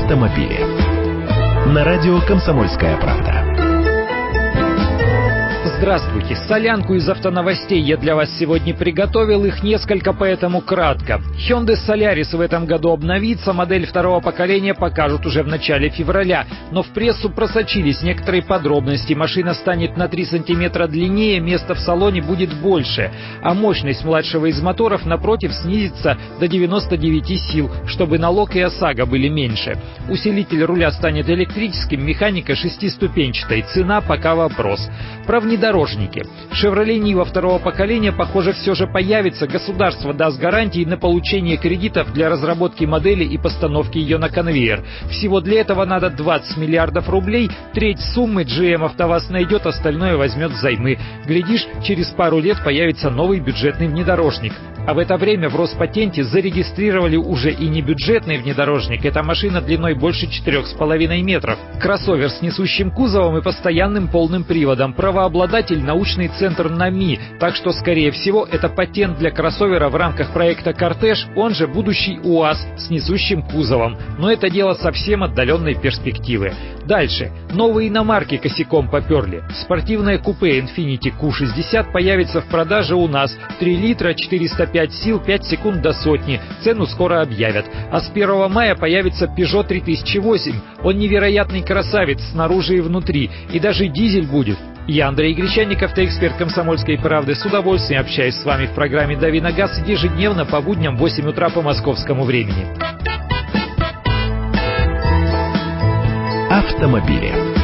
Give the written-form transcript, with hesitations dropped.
автомобили. На радио «Комсомольская правда». Здравствуйте! Солянку из автоновостей я для вас сегодня приготовил, их несколько, поэтому кратко. Hyundai Solaris в этом году обновится, модель второго поколения покажут уже в начале февраля. Но в прессу просочились некоторые подробности. Машина станет на 3 сантиметра длиннее, места в салоне будет больше. А мощность младшего из моторов, напротив, снизится до 99 сил, чтобы налог и ОСАГО были меньше. Усилитель руля станет электрическим, механика шестиступенчатой. Цена пока вопрос. Про внедорожники. Chevrolet Niva второго поколения, похоже, все же появится. Государство даст гарантии на получение кредитов для разработки модели и постановки ее на конвейер. Всего для этого надо 20 миллиардов рублей. Треть суммы GM АвтоВАЗ найдет, остальное возьмет взаймы. Глядишь, через пару лет появится новый бюджетный внедорожник. А в это время в Роспатенте зарегистрировали уже и не бюджетный внедорожник. Это машина длиной больше 4,5 метров. Кроссовер с несущим кузовом и постоянным полным приводом. Правообладатель — научный центр НАМИ. Так что, скорее всего, это патент для кроссовера в рамках проекта «Кортеж», он же будущий УАЗ с несущим кузовом. Но это дело совсем отдаленной перспективы. Дальше. Новые иномарки косяком поперли. Спортивное купе Infiniti Q60 появится в продаже у нас. 3 литра, 405 сил, 5 секунд до сотни. Цену скоро объявят. А с 1 мая появится Peugeot 3008. Он невероятный красавец снаружи и внутри. И даже дизель будет. Я, Андрей Гречанник, автоэксперт «Комсомольской правды». С удовольствием общаюсь с вами в программе «Дави на газ» ежедневно по будням в 8 утра по московскому времени. Автомобили.